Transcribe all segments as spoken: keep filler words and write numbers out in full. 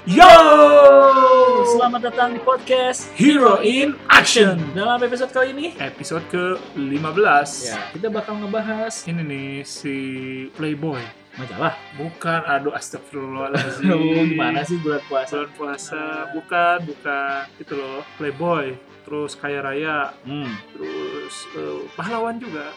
Yo! Selamat datang di podcast Hero in Action. Dalam episode kali ini, Episode ke lima belas. ya, kita bakal ngebahas Ini nih si Playboy. majalah. Bukan, aduh astagfirullahaladzim. Oh, gimana sih bulan puasa? Bulan puasa, bukan, bukan. Itu loh, Playboy. Terus kaya raya. Hmm. Terus eh, pahlawan juga.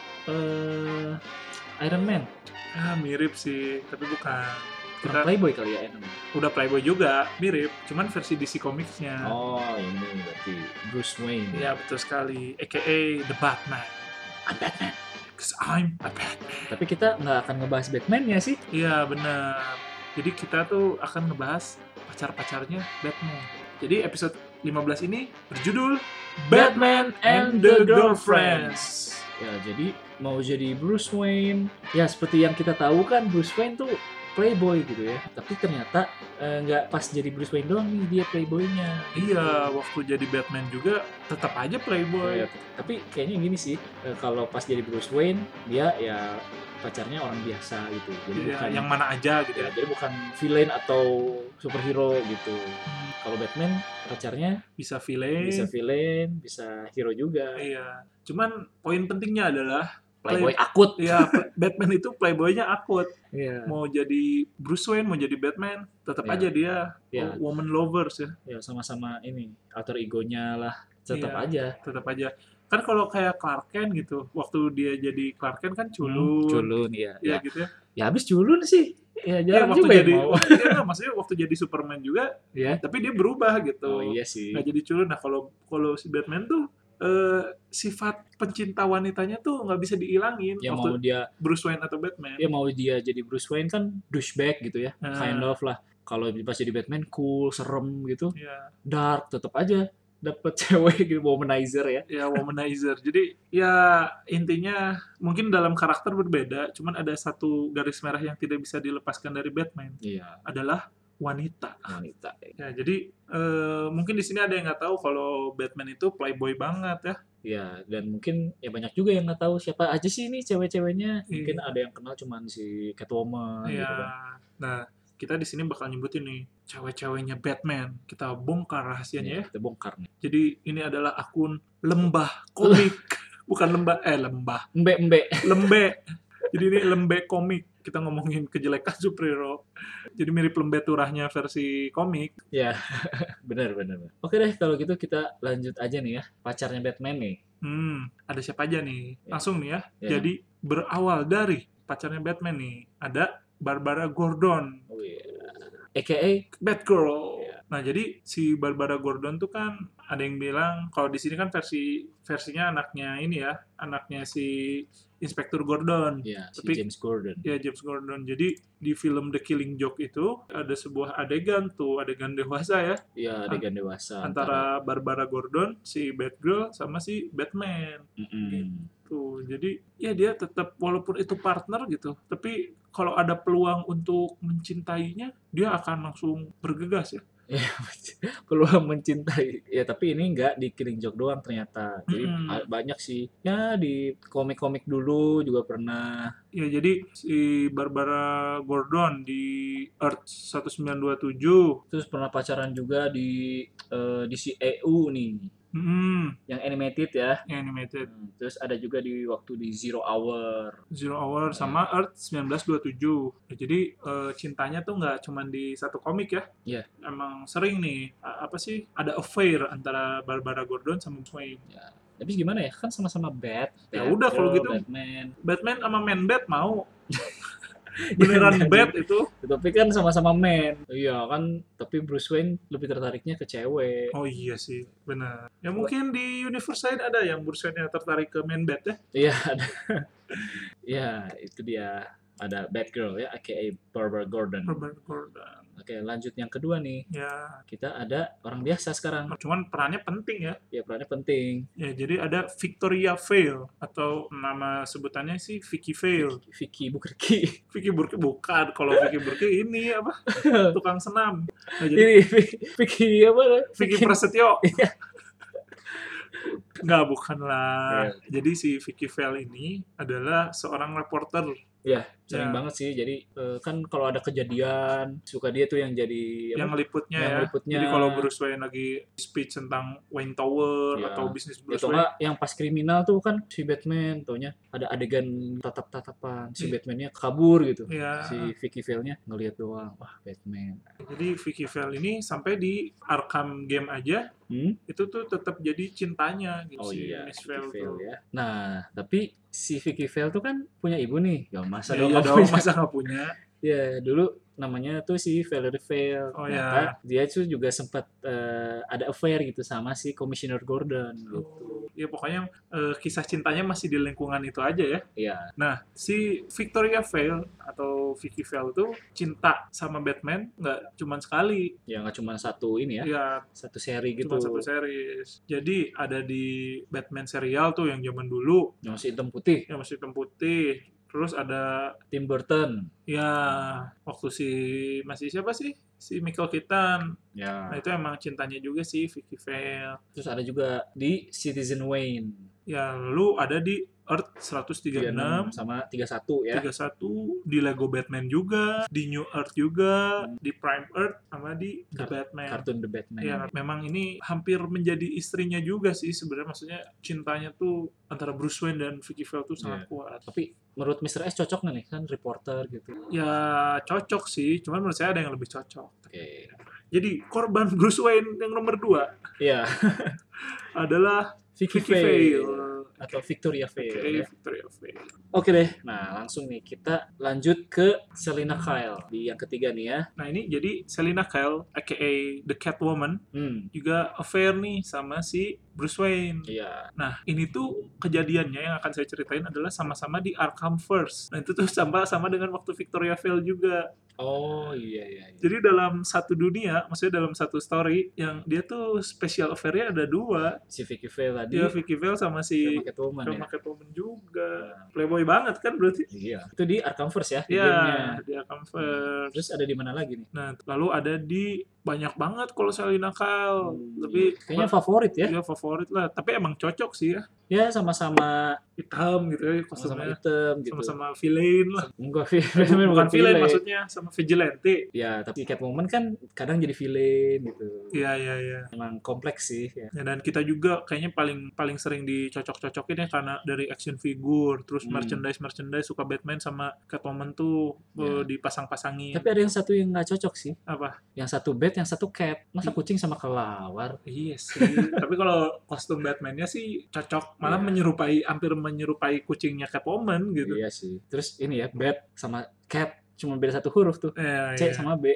Eh, Iron Man. Ah, mirip sih, tapi bukan. Kurang Kita Playboy kali ya Iron Man. udah Playboy juga, mirip. Cuman versi D C Comics-nya. Oh, ini berarti Bruce Wayne. Ya, betul sekali. A K A The Batman. I'm Batman. Cause I'm a Batman. Tapi kita nggak akan ngebahas Batman-nya sih. Iya benar. Jadi kita tuh akan ngebahas pacar-pacarnya Batman. Jadi episode lima belas ini berjudul Batman and the Girlfriends. Ya, jadi mau jadi Bruce Wayne. Ya, seperti yang kita tahu kan Bruce Wayne tuh Playboy gitu ya. Tapi ternyata eh, nggak pas jadi Bruce Wayne doang nih dia Playboynya. Iya, waktu jadi Batman juga tetap aja Playboy. Ya, tapi kayaknya gini sih, eh, kalau pas jadi Bruce Wayne dia ya pacarnya orang biasa gitu. Jadi Iya, bukan yang mana aja gitu ya, ya. jadi bukan villain atau superhero gitu. Hmm, Kalau Batman pacarnya bisa villain. bisa villain, bisa hero juga. Iya. Cuman poin pentingnya adalah Playboy akut. ya Batman itu Playboynya akut. Iya. Mau jadi Bruce Wayne, mau jadi Batman, tetap Iya. aja dia Iya. woman lovers ya. Ya sama-sama ini alter egonya lah tetap Iya. aja. Tetap aja. Kan kalau kayak Clark Kent gitu, waktu dia jadi Clark Kent kan culun. Hmm, culun ya. Ya, Ya. gitu ya. Ya habis culun sih. Ya Ya, jarang waktu juga yang jadi mau. waktu, ya, enggak, maksudnya waktu jadi Superman juga, Ya. tapi dia berubah gitu. Oh iya sih. Nggak jadi culun. Nah, kalau kalau si Batman tuh eh, sifat pencinta wanitanya tuh nggak bisa dihilangin Ya waktu mau dia Bruce Wayne atau Batman. ya mau dia jadi Bruce Wayne kan douchebag gitu ya. Nah. Kind of lah. Kalau pas jadi Batman cool, serem gitu. Ya, Dark tetap aja dapat cewek gitu womanizer ya. ya womanizer. Jadi ya intinya mungkin dalam karakter berbeda, cuman ada satu garis merah yang tidak bisa dilepaskan dari Batman, Iya, adalah wanita. wanita. Ya, jadi eh, mungkin di sini ada yang nggak tahu kalau Batman itu playboy banget ya. Ya, dan mungkin ya banyak juga yang nggak tahu siapa aja sih ini cewek-ceweknya. Mungkin Iya. ada yang kenal cuman si Catwoman Iya. gitu kan. Nah, kita di sini bakal nyebutin nih cewek-ceweknya Batman. Kita bongkar rahasianya ya. Ya, kita bongkar nih. Jadi ini adalah akun lembah komik, bukan lembah eh lembah, Embe-embe. lembe. Jadi ini lembe komik. Kita ngomongin kejelekan superhero. Jadi mirip lembe turahnya versi komik. Ya, benar benar. benar. Oke deh kalau gitu kita lanjut aja nih ya. Pacarnya Batman nih. Hmm, ada siapa aja nih? Ya. Langsung nih ya. Ya. Jadi berawal dari pacarnya Batman nih, ada Barbara Gordon, Oh iya. A K A Batgirl. Ya. Nah, jadi si Barbara Gordon tuh kan ada yang bilang kalau di sini kan versi versinya anaknya ini ya, anaknya si Inspektur Gordon. ya si Tapi- James Gordon. Ya, James Gordon. Jadi di film The Killing Joke itu ada sebuah adegan tuh, adegan dewasa ya, Iya, adegan dewasa antara Barbara Gordon, si Batgirl sama si Batman. Mm-mm. Tuh, jadi ya dia tetap walaupun itu partner gitu, tapi kalau ada peluang untuk mencintainya, dia akan langsung bergegas ya. Peluang mencintai. Ya tapi ini nggak di Killing Joke doang ternyata. Jadi Mm-mm. a- banyak sih. Ya di komik-komik dulu juga pernah. Ya, jadi si Barbara Gordon di Earth seribu sembilan ratus dua puluh tujuh. Terus pernah pacaran juga di eh, D C E U nih, Hmm, yang animated ya. yang animated. Hmm, Terus ada juga di waktu di Zero Hour. Zero Hour sama Earth seribu sembilan ratus dua puluh tujuh. Ya, jadi eh, cintanya tuh nggak cuma di satu komik ya. Iya. Emang sering nih, a- apa sih, ada affair antara Barbara Gordon sama Bruce Wayne. Ya. Tapi gimana ya? Kan sama-sama Bat. Ya udah, kalau gitu. Batman. Batman sama Man Bat mau. Beneran Iya, Bat itu. Tapi kan sama-sama man. Iya kan. Tapi Bruce Wayne lebih tertariknya ke cewek. Oh iya sih, benar. Ya mungkin di universe lain ada yang Bruce Wayne yang tertarik ke Man Bat ya. Iya ada. Iya itu dia. Ada Batgirl ya, A K A Barbara Gordon. Barbara Gordon. Oke lanjut yang kedua nih. Ya, Kita ada orang biasa sekarang. cuman perannya penting ya. Ya perannya penting. Ya, jadi ada Victoria Vale atau nama sebutannya sih Vicky Vale. Vicky Bukerki. Vicky Burki bukan, kalau Vicky Burki ini apa? Tukang senam. Nah, jadi Ini Vicky apa? Vicky Prasetyo. Iya. Enggak, bukan lah. Iya. Jadi si Vicky Vale ini adalah seorang reporter. Iya. sering Ya. banget sih. Jadi eh, kan kalau ada kejadian suka dia tuh yang jadi Yang apa? ngeliputnya Yang ya. ngeliputnya. Jadi kalau Bruce Wayne lagi speech tentang Wayne Tower Ya. atau bisnis Ya, Bruce atau Wayne, enggak yang pas kriminal tuh kan si Batman, taunya ada adegan tatap-tatapan si Ih. Batman-nya kabur gitu. ya. Si Vicky Vale-nya ngelihat doang, wah Batman. Jadi Vicky Vale ini sampai di Arkham game aja Hmm? itu tuh tetap jadi cintanya gitu Oh si iya, Miss Vicky Vale Vale tuh. ya. Nah, tapi si Vicky Vale tuh kan punya ibu nih. Gak masa Ya, dong iya nggak dong, punya. masa nggak punya? Ya, dulu namanya tuh si Valerie Vale. Oh Ternyata ya. dia tuh juga sempat eh, ada affair gitu sama si Commissioner Gordon gitu. Oh, ya pokoknya eh, kisah cintanya masih di lingkungan itu aja ya. Iya, Nah, si Victoria Vale atau Vicky Vale tuh cinta sama Batman nggak cuman sekali, ya nggak cuma satu ini ya, ya satu seri gitu. cuma satu series. Jadi ada di Batman serial tuh yang zaman dulu, Yang si hitam putih, yang masih hitam putih. Terus ada Tim Burton. ya waktu si masih siapa sih? Si Michael Keaton. Ya. Nah, itu emang cintanya juga sih Vicky Vale. Terus ada juga di Citizen Wayne. Ya, lalu ada di Earth seratus tiga puluh enam sama tiga puluh satu ya. tiga puluh satu di Lego Batman juga, di New Earth juga, di Prime Earth sama di The Kar- Batman. Kartun The Batman. Ya, memang ini hampir menjadi istrinya juga sih sebenarnya, maksudnya cintanya tuh antara Bruce Wayne dan Vicky Vale tuh sangat Iya. kuat. Tapi menurut mister S cocok nggak nih kan reporter gitu? Ya cocok sih, cuman menurut saya ada yang lebih cocok. Oke. Jadi korban Bruce Wayne yang nomor dua Iya. adalah Vicky Vicky Vale. Vale. Atau Victoria Oke, Vale ya. Victoria Vale. Oke deh. Nah, langsung nih kita lanjut ke Selina Kyle di yang ketiga nih ya. Nah ini jadi Selina Kyle, aka The Catwoman, Hmm. juga affair nih sama si Bruce Wayne. Iya. Nah, ini tuh kejadiannya yang akan saya ceritain adalah sama-sama di Arkham First. Nah, itu tuh sama sama dengan waktu Victoria Vale juga. Oh iya iya. iya. Jadi dalam satu dunia, maksudnya dalam satu story, yang dia tuh special affair-nya ada dua. Si Vicky Vale tadi. Dia Vicky Vale sama si sama Catwoman ya. sama Catwoman juga. Playboy banget kan berarti? Iya. Itu di Arkham First ya. Di Iya, gamenya. di Arkham First. Terus ada di mana lagi nih? Nah, lalu ada di banyak banget kalau Selina Kyle. Hmm, Tapi kayaknya favorit ya. Iya favorit lah. Tapi emang cocok sih ya. Ya sama-sama Hitam gitu ya sama-sama kostumnya. hitam gitu. Sama-sama villain lah. Enggak, Vi- Eh, Batman bukan villain maksudnya, sama vigilante. Ya, tapi Catwoman kan kadang jadi villain gitu. Iya, iya, iya. Emang kompleks sih ya. Ya, dan kita juga kayaknya paling paling sering dicocok-cocokin ya karena dari action figure, terus Hmm. merchandise-merchandise suka Batman sama Catwoman tuh Ya. eh, dipasang-pasangin. Tapi ada yang satu yang nggak cocok sih. Apa? Yang satu bat, yang satu cat. Masa kucing sama kelawar? Iya sih. Tapi kalau kostum Batman-nya sih cocok, malah Iya. menyerupai hampir menyerupai kucingnya Catwoman gitu. Iya sih. Terus ini ya, bat sama cat cuma beda satu huruf tuh. Eh, C iya. sama B.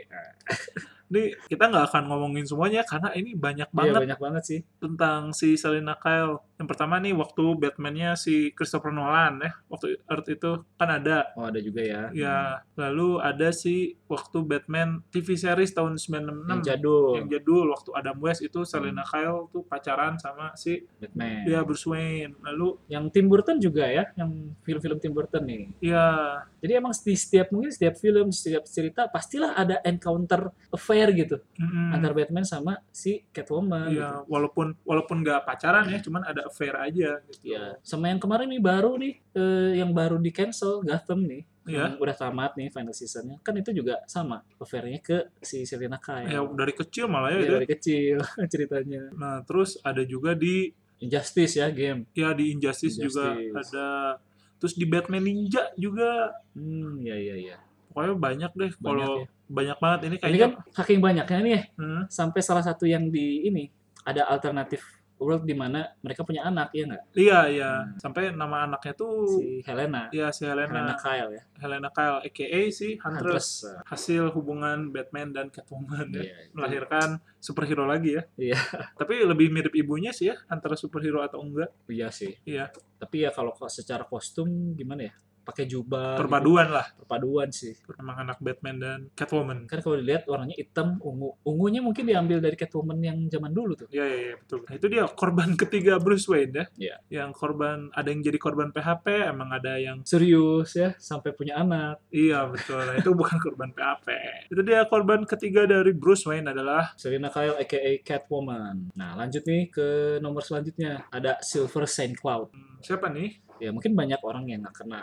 Ini kita nggak akan ngomongin semuanya karena ini banyak Iya, banget banyak banget sih. tentang si Selina Kyle. Yang pertama nih waktu Batman-nya si Christopher Nolan ya, waktu Earth itu kan ada. Oh, ada juga ya. Ya, lalu ada si waktu Batman T V series tahun sembilan puluh enam Yang jadul. yang jadul waktu Adam West itu Selina Kyle tuh pacaran sama si Batman. ya Bruce Wayne. Lalu Yang Tim Burton juga ya, yang film-film Tim Burton nih. ya Jadi emang di setiap mungkin setiap film, setiap cerita pastilah ada encounter affair gitu mm-mm. antara Batman sama si Catwoman. ya walaupun walaupun nggak pacaran ya, cuman ada affair aja gitu. Gitu. Ya, sama yang kemarin nih baru nih, eh, yang baru di cancel Gotham nih, Ya. yang udah tamat nih final seasonnya, kan itu juga sama affairnya ke si Selina Kyle. Ya dari kecil malah ya, Dia itu. dari kecil ceritanya. Nah, terus ada juga di Injustice ya game. ya di Injustice, juga Injustice. ada, terus di Batman Ninja juga. Hmm, ya ya ya. Pokoknya banyak deh Banyak kalau ya. banyak banget ini Ini kayaknya. kan saking banyaknya nih, Hmm, sampai salah satu yang di ini ada alternatif world di mana mereka punya anak, ya nggak? iya iya. Hmm. Sampai nama anaknya tuh Si Helena. ya si Helena Helena Kyle ya. Helena Kyle aka si Huntress. Huntress. Hasil hubungan Batman dan Catwoman ya. Iya, itu. Melahirkan superhero lagi ya. Iya. Tapi lebih mirip ibunya sih ya, antara superhero atau enggak. Iya sih. Iya, Tapi ya kalau kok secara kostum gimana ya? Pakai jubah. perpaduan lah. Gitu. Perpaduan sih. Memang anak Batman dan Catwoman. Kan kalau dilihat warnanya hitam, ungu. Ungunya mungkin diambil dari Catwoman yang zaman dulu tuh. Iya, iya, iya, betul. Nah, itu dia korban ketiga Bruce Wayne ya. Iya. Yang korban, ada yang jadi korban P H P, emang ada yang Serius ya, sampai punya anak. iya betul. Nah, itu bukan korban P H P. Itu dia korban ketiga dari Bruce Wayne adalah Selina Kyle aka Catwoman. Nah, lanjut nih ke nomor selanjutnya. Ada Silver Saint Cloud. hmm, siapa nih? Ya mungkin banyak orang yang nggak kenal.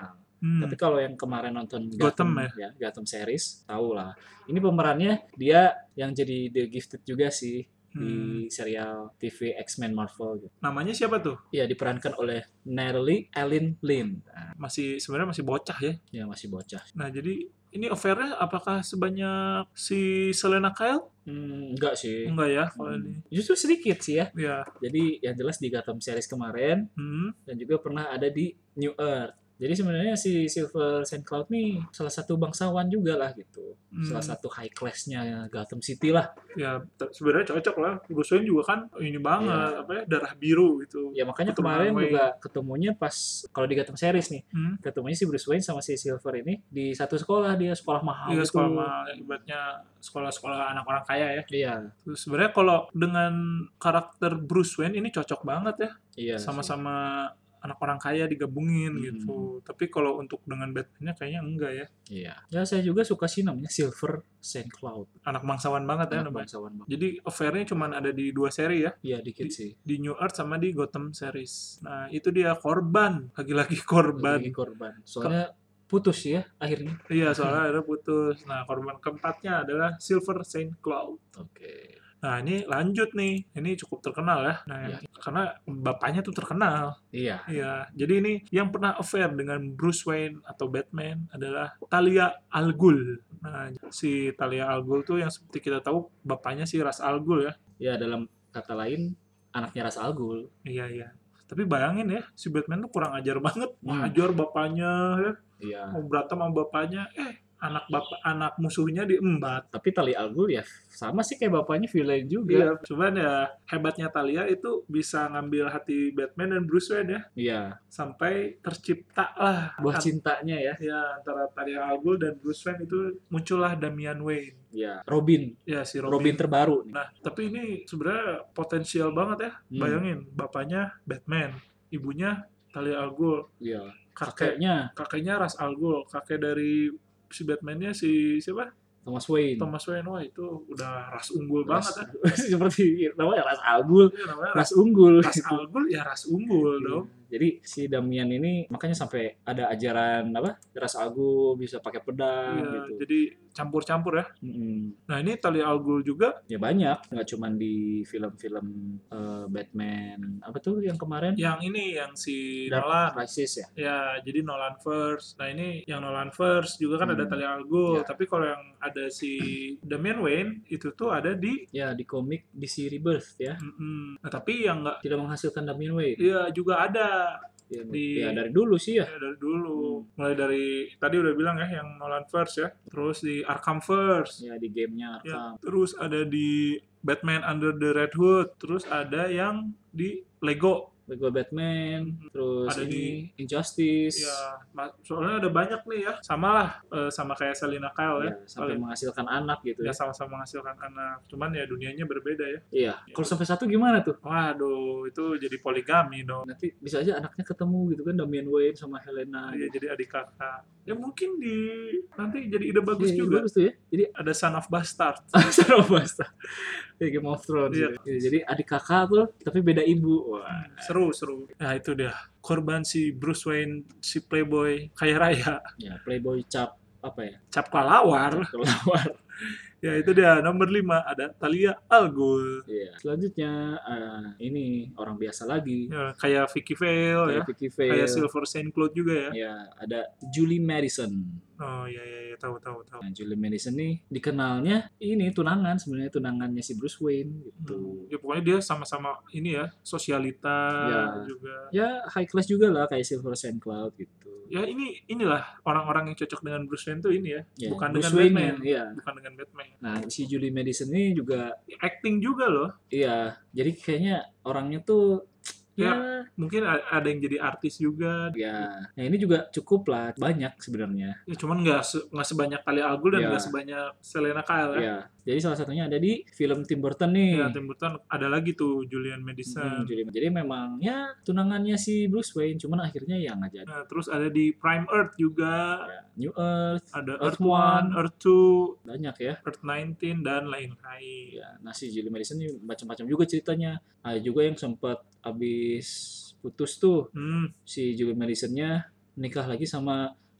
Hmm. Tapi kalau yang kemarin nonton Gotham Gotham, ya, Gotham series, tahu lah. Ini pemerannya dia yang jadi The Gifted juga sih di Hmm. serial T V X-Men Marvel gitu. Namanya siapa tuh? Ya, diperankan oleh Natalie Ellen Lynn. Nah, Masih sebenarnya masih bocah ya. ya masih bocah. Nah, jadi ini affair-nya apakah sebanyak si Selena Kyle? Hmm, enggak sih. Enggak ya kalau Hmm. ini. Justru sedikit sih ya. Ya. Jadi yang jelas di Gotham series kemarin Hmm. dan juga pernah ada di New Earth. Jadi sebenarnya si Silver Saint Cloud nih salah satu bangsawan juga lah gitu. Hmm. Salah satu high class-nya Gotham City lah. Ya, t- sebenarnya cocok lah. Bruce Wayne juga kan ini banget, Iya. apa ya, darah biru gitu. Ya makanya Keturunan kemarin Wayne. juga ketemunya pas kalau di Gotham series nih, Hmm. ketemunya si Bruce Wayne sama si Silver ini di satu sekolah, dia sekolah mahal Iya, gitu. sekolah mahal, ibaratnya sekolah-sekolah anak orang kaya ya. Iya. Terus sebenarnya kalau dengan karakter Bruce Wayne ini cocok banget ya. Iya. Sama-sama anak orang kaya digabungin Hmm. gitu. Tapi kalau untuk dengan Batman-nya kayaknya enggak ya. Iya. Ya saya juga suka sih namanya Silver Saint Cloud. Anak bangsawan banget ya Anak namanya. bangsawan banget. Jadi affair-nya cuma ada di dua seri ya. Iya dikit sih. Di New Earth sama di Gotham series. Nah, itu dia korban. Lagi-lagi korban. Lagi korban. Soalnya putus ya akhirnya. Iya, soalnya ada putus. Nah, korban keempatnya adalah Silver Saint Cloud. Oke. Nah, ini lanjut nih. Ini cukup terkenal ya. Nah, Iya. karena bapaknya tuh terkenal. Iya. Iya, jadi ini yang pernah affair dengan Bruce Wayne atau Batman adalah Talia al Ghul. Nah, si Talia al Ghul tuh yang seperti kita tahu bapaknya si Ra's al Ghul ya. Ya dalam kata lain anaknya Ra's al Ghul. Iya, iya. Tapi bayangin ya, si Batman tuh kurang ajar banget. Hmm. Ajar bapaknya ya. Iya. Mau berantem sama bapaknya, eh anak bapak anak musuhnya diembat. Tapi Talia al Ghul ya sama sih kayak bapaknya villain juga. Iya, cuman ya hebatnya Talia itu bisa ngambil hati Batman dan Bruce Wayne ya. Iya. Sampai tercipta lah Buah an- cintanya ya. ya antara Talia al Ghul dan Bruce Wayne itu muncullah Damian Wayne. Ya. Robin. Ya si Robin, Robin. terbaru nih. Nah, tapi ini sebenarnya potensial banget ya. Hmm. Bayangin, bapaknya Batman, ibunya Talia al Ghul, Iya. kakek Kakeknya kakeknya Ra's al Ghul, kakek dari si Batman-nya si siapa? Thomas Wayne. Thomas Wayne. Wah, itu udah ras unggul Ras- banget ya. Seperti namanya Ra's al Ghul. Iya, namanya Ras unggul. Ra's al Ghul ya ras unggul dong. Jadi si Damian ini makanya sampai ada ajaran apa? Ra's al Ghul bisa pakai pedang Iya, gitu. jadi campur-campur ya. Mm-mm. Nah, ini Talia al Ghul juga. Ya banyak, nggak cuma di film-film eh, Batman apa tuh yang kemarin? Yang ini yang si Dark Nolan. Crisis ya. Ya, jadi Nolan first. Nah, ini yang Nolan first juga kan Hmm. ada Talia al Ghul. Ya. Tapi kalau yang ada si Damian Wayne itu tuh ada di Ya di komik D C Rebirth ya. Mm-mm. Nah, tapi yang enggak Tidak menghasilkan Damian Wayne. ya juga ada Ya, di- ya dari dulu sih ya. ya, dari dulu. Hmm. Mulai dari tadi udah bilang ya yang Nolan first ya. Terus di Arkham first. Ya di gamenya Ya, Arkham. terus ada di Batman Under the Red Hood. Terus ada yang di Lego. Lego Batman, terus Ada ini Injustice. Ya, ma- soalnya ada banyak nih ya. Sama lah eh, sama kayak Selina Kyle ya. Ya, sampai Paling- menghasilkan anak gitu ya ya. sama-sama menghasilkan anak. Cuman ya dunianya berbeda ya. Iya. Kalau sampai satu gimana tuh? Waduh, itu jadi poligami dong. Nanti bisa aja anaknya ketemu gitu kan, Damian Wayne sama Helena. Ya gitu. jadi adik kakak. Ya mungkin di nanti jadi ide bagus Iya, juga. bagus tuh ya. Jadi Ada Son of Bastard. Sarah Basta. Kayak Game of Thrones. Iya. gitu. Ya, jadi adik kakak tuh tapi beda ibu. Wah. Seru, seru. Nah, itu dia. Korban si Bruce Wayne, si playboy kaya raya. Ya, Playboy cap apa ya? Cap kelawar. Kelawar. Ya, itu dia. Nomor lima ada Talia al Ghul. Iya. Selanjutnya eh, ini orang biasa lagi. Ya, kayak Vicky Vale ya. Kayak Vicky Vale. Kayak Silver Saint Cloud juga ya. Ya, ada Julie Madison. Oh iya iya, iya. tahu tahu tahu. Nah, Julie Madison nih dikenalnya ini tunangan sebenarnya tunangannya si Bruce Wayne gitu. Hmm. Ya pokoknya dia sama-sama ini ya, sosialita Ya. juga. Ya high class juga lah kayak Silver Saint Cloud gitu. Ya ini inilah orang-orang yang cocok dengan Bruce Wayne tuh ini ya, Ya, bukan Bruce dengan Wayne Batman. Iya. Bukan dengan Batman. Nah, si Julie Madison ini juga Acting juga loh. iya, jadi kayaknya orangnya tuh ya Mungkin a- ada yang jadi artis juga. ya. Nah, ini juga cukup lah banyak sebenarnya. Ya cuman nggak se- nggak sebanyak Talia al Ghul dan Ya. nggak sebanyak Selena Kyle ya. Ya. Jadi salah satunya ada di film Tim Burton nih. Ya, Tim Burton ada lagi tuh Julian Madison. Hmm, Julie- Jadi memang ya tunangannya si Bruce Wayne, cuman akhirnya ya nggak jadi. Nah, terus ada di Prime Earth juga. Ya, New Earth Ada Earth Earth One, One. Earth Two, banyak ya. Earth nineteen dan lain-lain. Ya, nah si Julie Madison ini macam-macam juga ceritanya. Ada juga yang sempat abis putus tuh Hmm, si Julie Madison-nya nikah lagi sama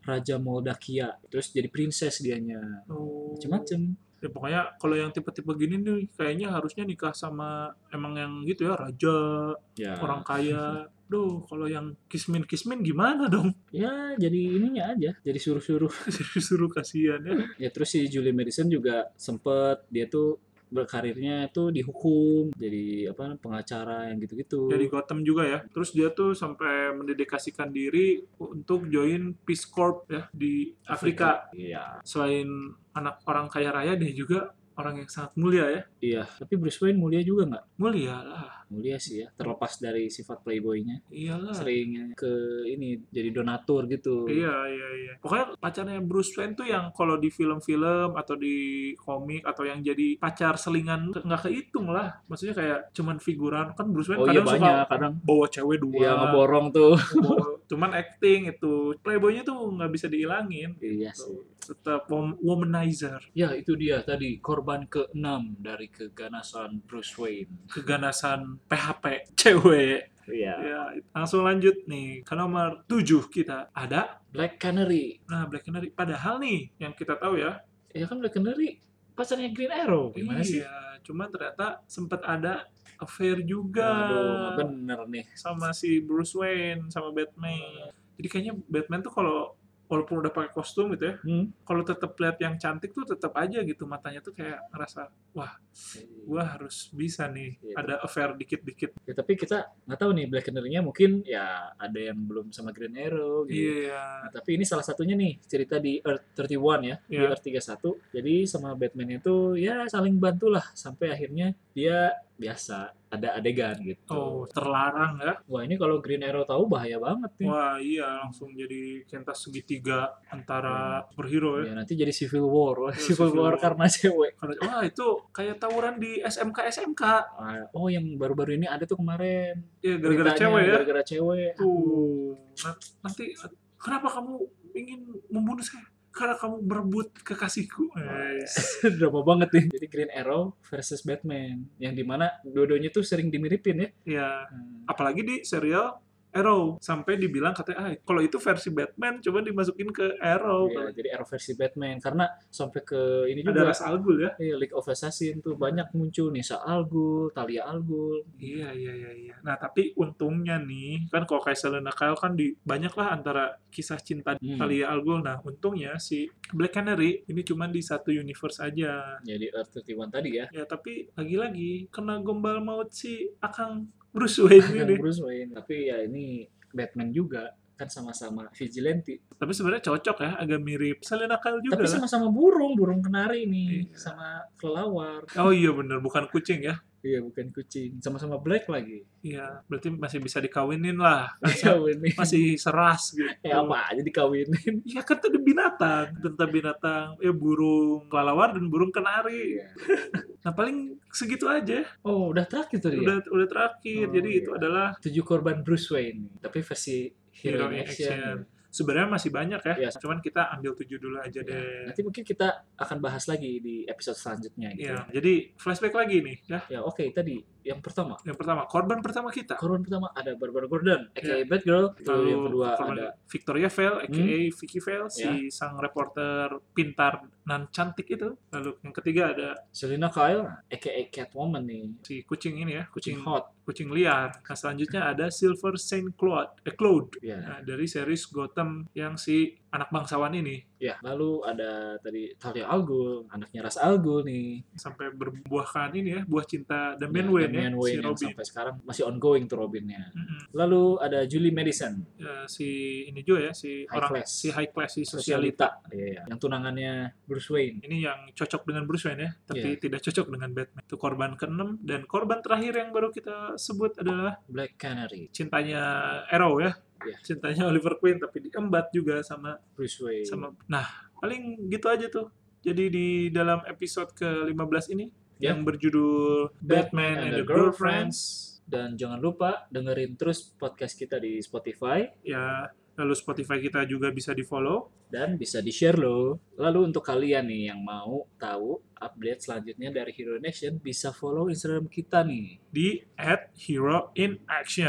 Raja Moldakia, terus jadi princess dianya, Oh. macem-macem. Ya pokoknya kalau yang tipe-tipe gini nih kayaknya harusnya nikah sama emang yang gitu ya, raja, Ya, orang kaya. Duh, kalau yang kismin-kismin gimana dong? ya jadi ininya aja, jadi suruh-suruh. Disuruh kasihan ya. Ya terus si Julie Madison juga sempet dia tuh berkarirnya tuh dihukum jadi apa pengacara yang gitu-gitu. Ya di Gotham juga ya. Terus dia tuh sampai mendedikasikan diri untuk join Peace Corps ya di Afrika. Iya. Selain anak orang kaya raya, dia juga orang yang sangat mulia ya. Iya, tapi Bruce Wayne mulia juga nggak? Mulia lah. Mulia sih ya, terlepas dari sifat playboynya. Iyalah. Sering ke ini jadi donatur gitu. Iya, iya, iya. Pokoknya pacarnya Bruce Wayne tuh yang kalau di film-film atau di komik atau yang jadi pacar selingan nggak kehitung lah. Maksudnya kayak cuman figuran. Kan Bruce Wayne Oh iya kadang suka banyak, kadang bawa cewek dua. iya ngeborong tuh. bawa- cuman acting itu. Playboynya tuh nggak bisa dihilangin. Iya sih. Tetap wom- womanizer. Ya itu dia tadi korban keenam dari keganasan Bruce Wayne. Keganasan P H P cewek. Iya. Ya, langsung lanjut nih ke nomor tujuh kita ada. Black Canary. Nah, Black Canary. Padahal nih yang kita tahu ya, Ya kan Black Canary pacarnya Green Arrow. Gimana iya, sih? cuman ternyata sempat ada affair juga Aduh, nggak bener nih. sama si Bruce Wayne sama Batman. Jadi kayaknya Batman tuh kalau walaupun udah pakai kostum gitu ya, Hmm. kalau tetap lihat yang cantik tuh tetap aja gitu matanya tuh kayak ngerasa wah, gua harus bisa nih Iya. ada affair dikit-dikit. Ya, tapi kita nggak tahu nih Black Canary-nya mungkin ya ada yang belum sama Green Arrow gitu. Iya. Nah, tapi ini salah satunya nih cerita di Earth tiga puluh satu ya, di Iya. Earth tiga puluh satu. Jadi sama Batman itu ya saling bantulah sampai akhirnya dia biasa ada adegan gitu. Oh, terlarang ya. Wah ini kalau Green Arrow tahu bahaya banget nih. Wah, iya langsung jadi pentas segitiga antara superhero ya. Ya nanti jadi Civil War, Wah, Ya, Civil Civil War War. karena cewek. Karena wah itu kayak tawuran di S M K S M K. Ah, Oh yang baru-baru ini ada tuh kemarin. Ya gara-gara Beritanya, cewek ya. Gara-gara cewek. Tuh. Nah, nanti kenapa kamu ingin membunuh saya? Karena kamu berebut kekasihku. Guys. Drama banget nih. Jadi Green Arrow versus Batman, yang dimana dua-duanya tuh sering dimiripin ya. Ya, Hmm. apalagi di serial Arrow sampai dibilang katanya ah kalau itu versi Batman coba dimasukin ke Arrow. Ya, jadi Arrow versi Batman karena sampai ke ini juga Ada Ra's al Ghul ya. iya, League of Assassin tuh banyak muncul Nisa Al Ghul, Talia Al Ghul. Iya, iya, iya, iya. Nah, tapi untungnya nih, kan kalau kayak Selena Kyle kan di banyak lah antara kisah cinta Hmm. Talia al Ghul. Nah, untungnya si Black Canary ini cuma di satu universe aja. Jadi Earth tiga puluh satu tadi ya. Ya, tapi lagi-lagi kena gombal maut si Akang Bruce Wayne Yang ini. Bruce Wayne. Tapi ya ini Batman juga kan sama-sama vigilante. Tapi sebenarnya cocok ya, agak mirip Selena Kyle juga. Tapi lah. sama-sama burung, burung kenari nih, Iya. sama kelelawar. Oh iya bener, bukan kucing ya. Iya, bukan kucing. Sama-sama black lagi. Iya, berarti masih bisa dikawinin lah. Dikawinin. Masih seras gitu. Ya apa aja dikawinin. Iya kan tadi binatang, tentang binatang, ya burung kelelawar dan burung kenari. Iya. Nah paling segitu aja, Oh, udah terakhir tadi ya? udah udah terakhir. Oh, Jadi itu iya. adalah Tujuh korban Bruce Wayne. Tapi versi Hero, Hero in in Action. Action. Sebenarnya masih banyak ya, Iya. cuman kita ambil tujuh dulu aja Ya, deh. nanti mungkin kita akan bahas lagi di episode selanjutnya gitu. Iya, jadi flashback lagi nih ya. Ya, oke tadi yang pertama. Yang pertama, korban pertama kita. Korban pertama ada Barbara Gordon, aka Batgirl. Lalu Lalu yang kedua korban ada Victoria Vale, aka Hmm. Vicky Vale, si Ya. sang reporter pintar dan cantik itu. Lalu yang ketiga ada Selina Kyle, aka Catwoman nih. si kucing ini ya, Kucing kucing hot. kucing liar. Nah, selanjutnya ada Silver Saint Claude, eh, Claude. Ya. Nah, dari series Gotham yang si anak bangsawan ini Ya, lalu ada tadi Talia Al Ghul, anaknya Ra's al Ghul nih. sampai berbuahkan ini ya, buah cinta Damian Ya, Wayne ya, Damian si Wayne yang Robin. sampai sekarang masih ongoing tuh Robinnya. Mm-mm. Lalu ada Julie Madison, Ya, si ini juga ya, si High orang class. si high class, si sosialita. Sosialita, iya, yang tunangannya Bruce Wayne. Ini yang cocok dengan Bruce Wayne ya, tapi Iya. tidak cocok dengan Batman. Itu korban keenam dan korban terakhir yang baru kita sebut adalah Black Canary, cintanya Arrow ya. Iya. Cintanya Oliver Queen tapi diembat juga sama Bruce Wayne. sama nah, paling gitu aja tuh. Jadi di dalam episode ke lima belas ini Ya. yang berjudul Batman and the Girlfriends, Dan jangan lupa dengerin terus podcast kita di Spotify ya, lalu Spotify kita juga bisa di-follow. dan bisa di-share loh. Lalu untuk kalian nih yang mau tahu update selanjutnya dari Hero in Action, bisa follow Instagram kita nih. Di at Hero in Action.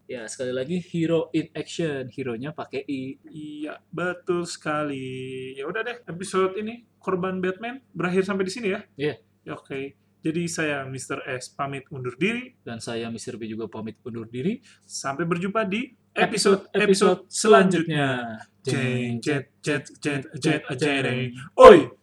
Ya, sekali lagi hero in action. Hero-nya pakai I. Iya, betul sekali. Ya udah deh, episode ini Korban Batman berakhir sampai di sini ya. Iya. Ya, Oke. Jadi saya mister S pamit undur diri. Dan saya mister B juga pamit undur diri. Sampai berjumpa di Episode-episode episode-episode selanjutnya. selanjutnya. Jeng, jet, jet, jet, jet, jet, jet. Oi!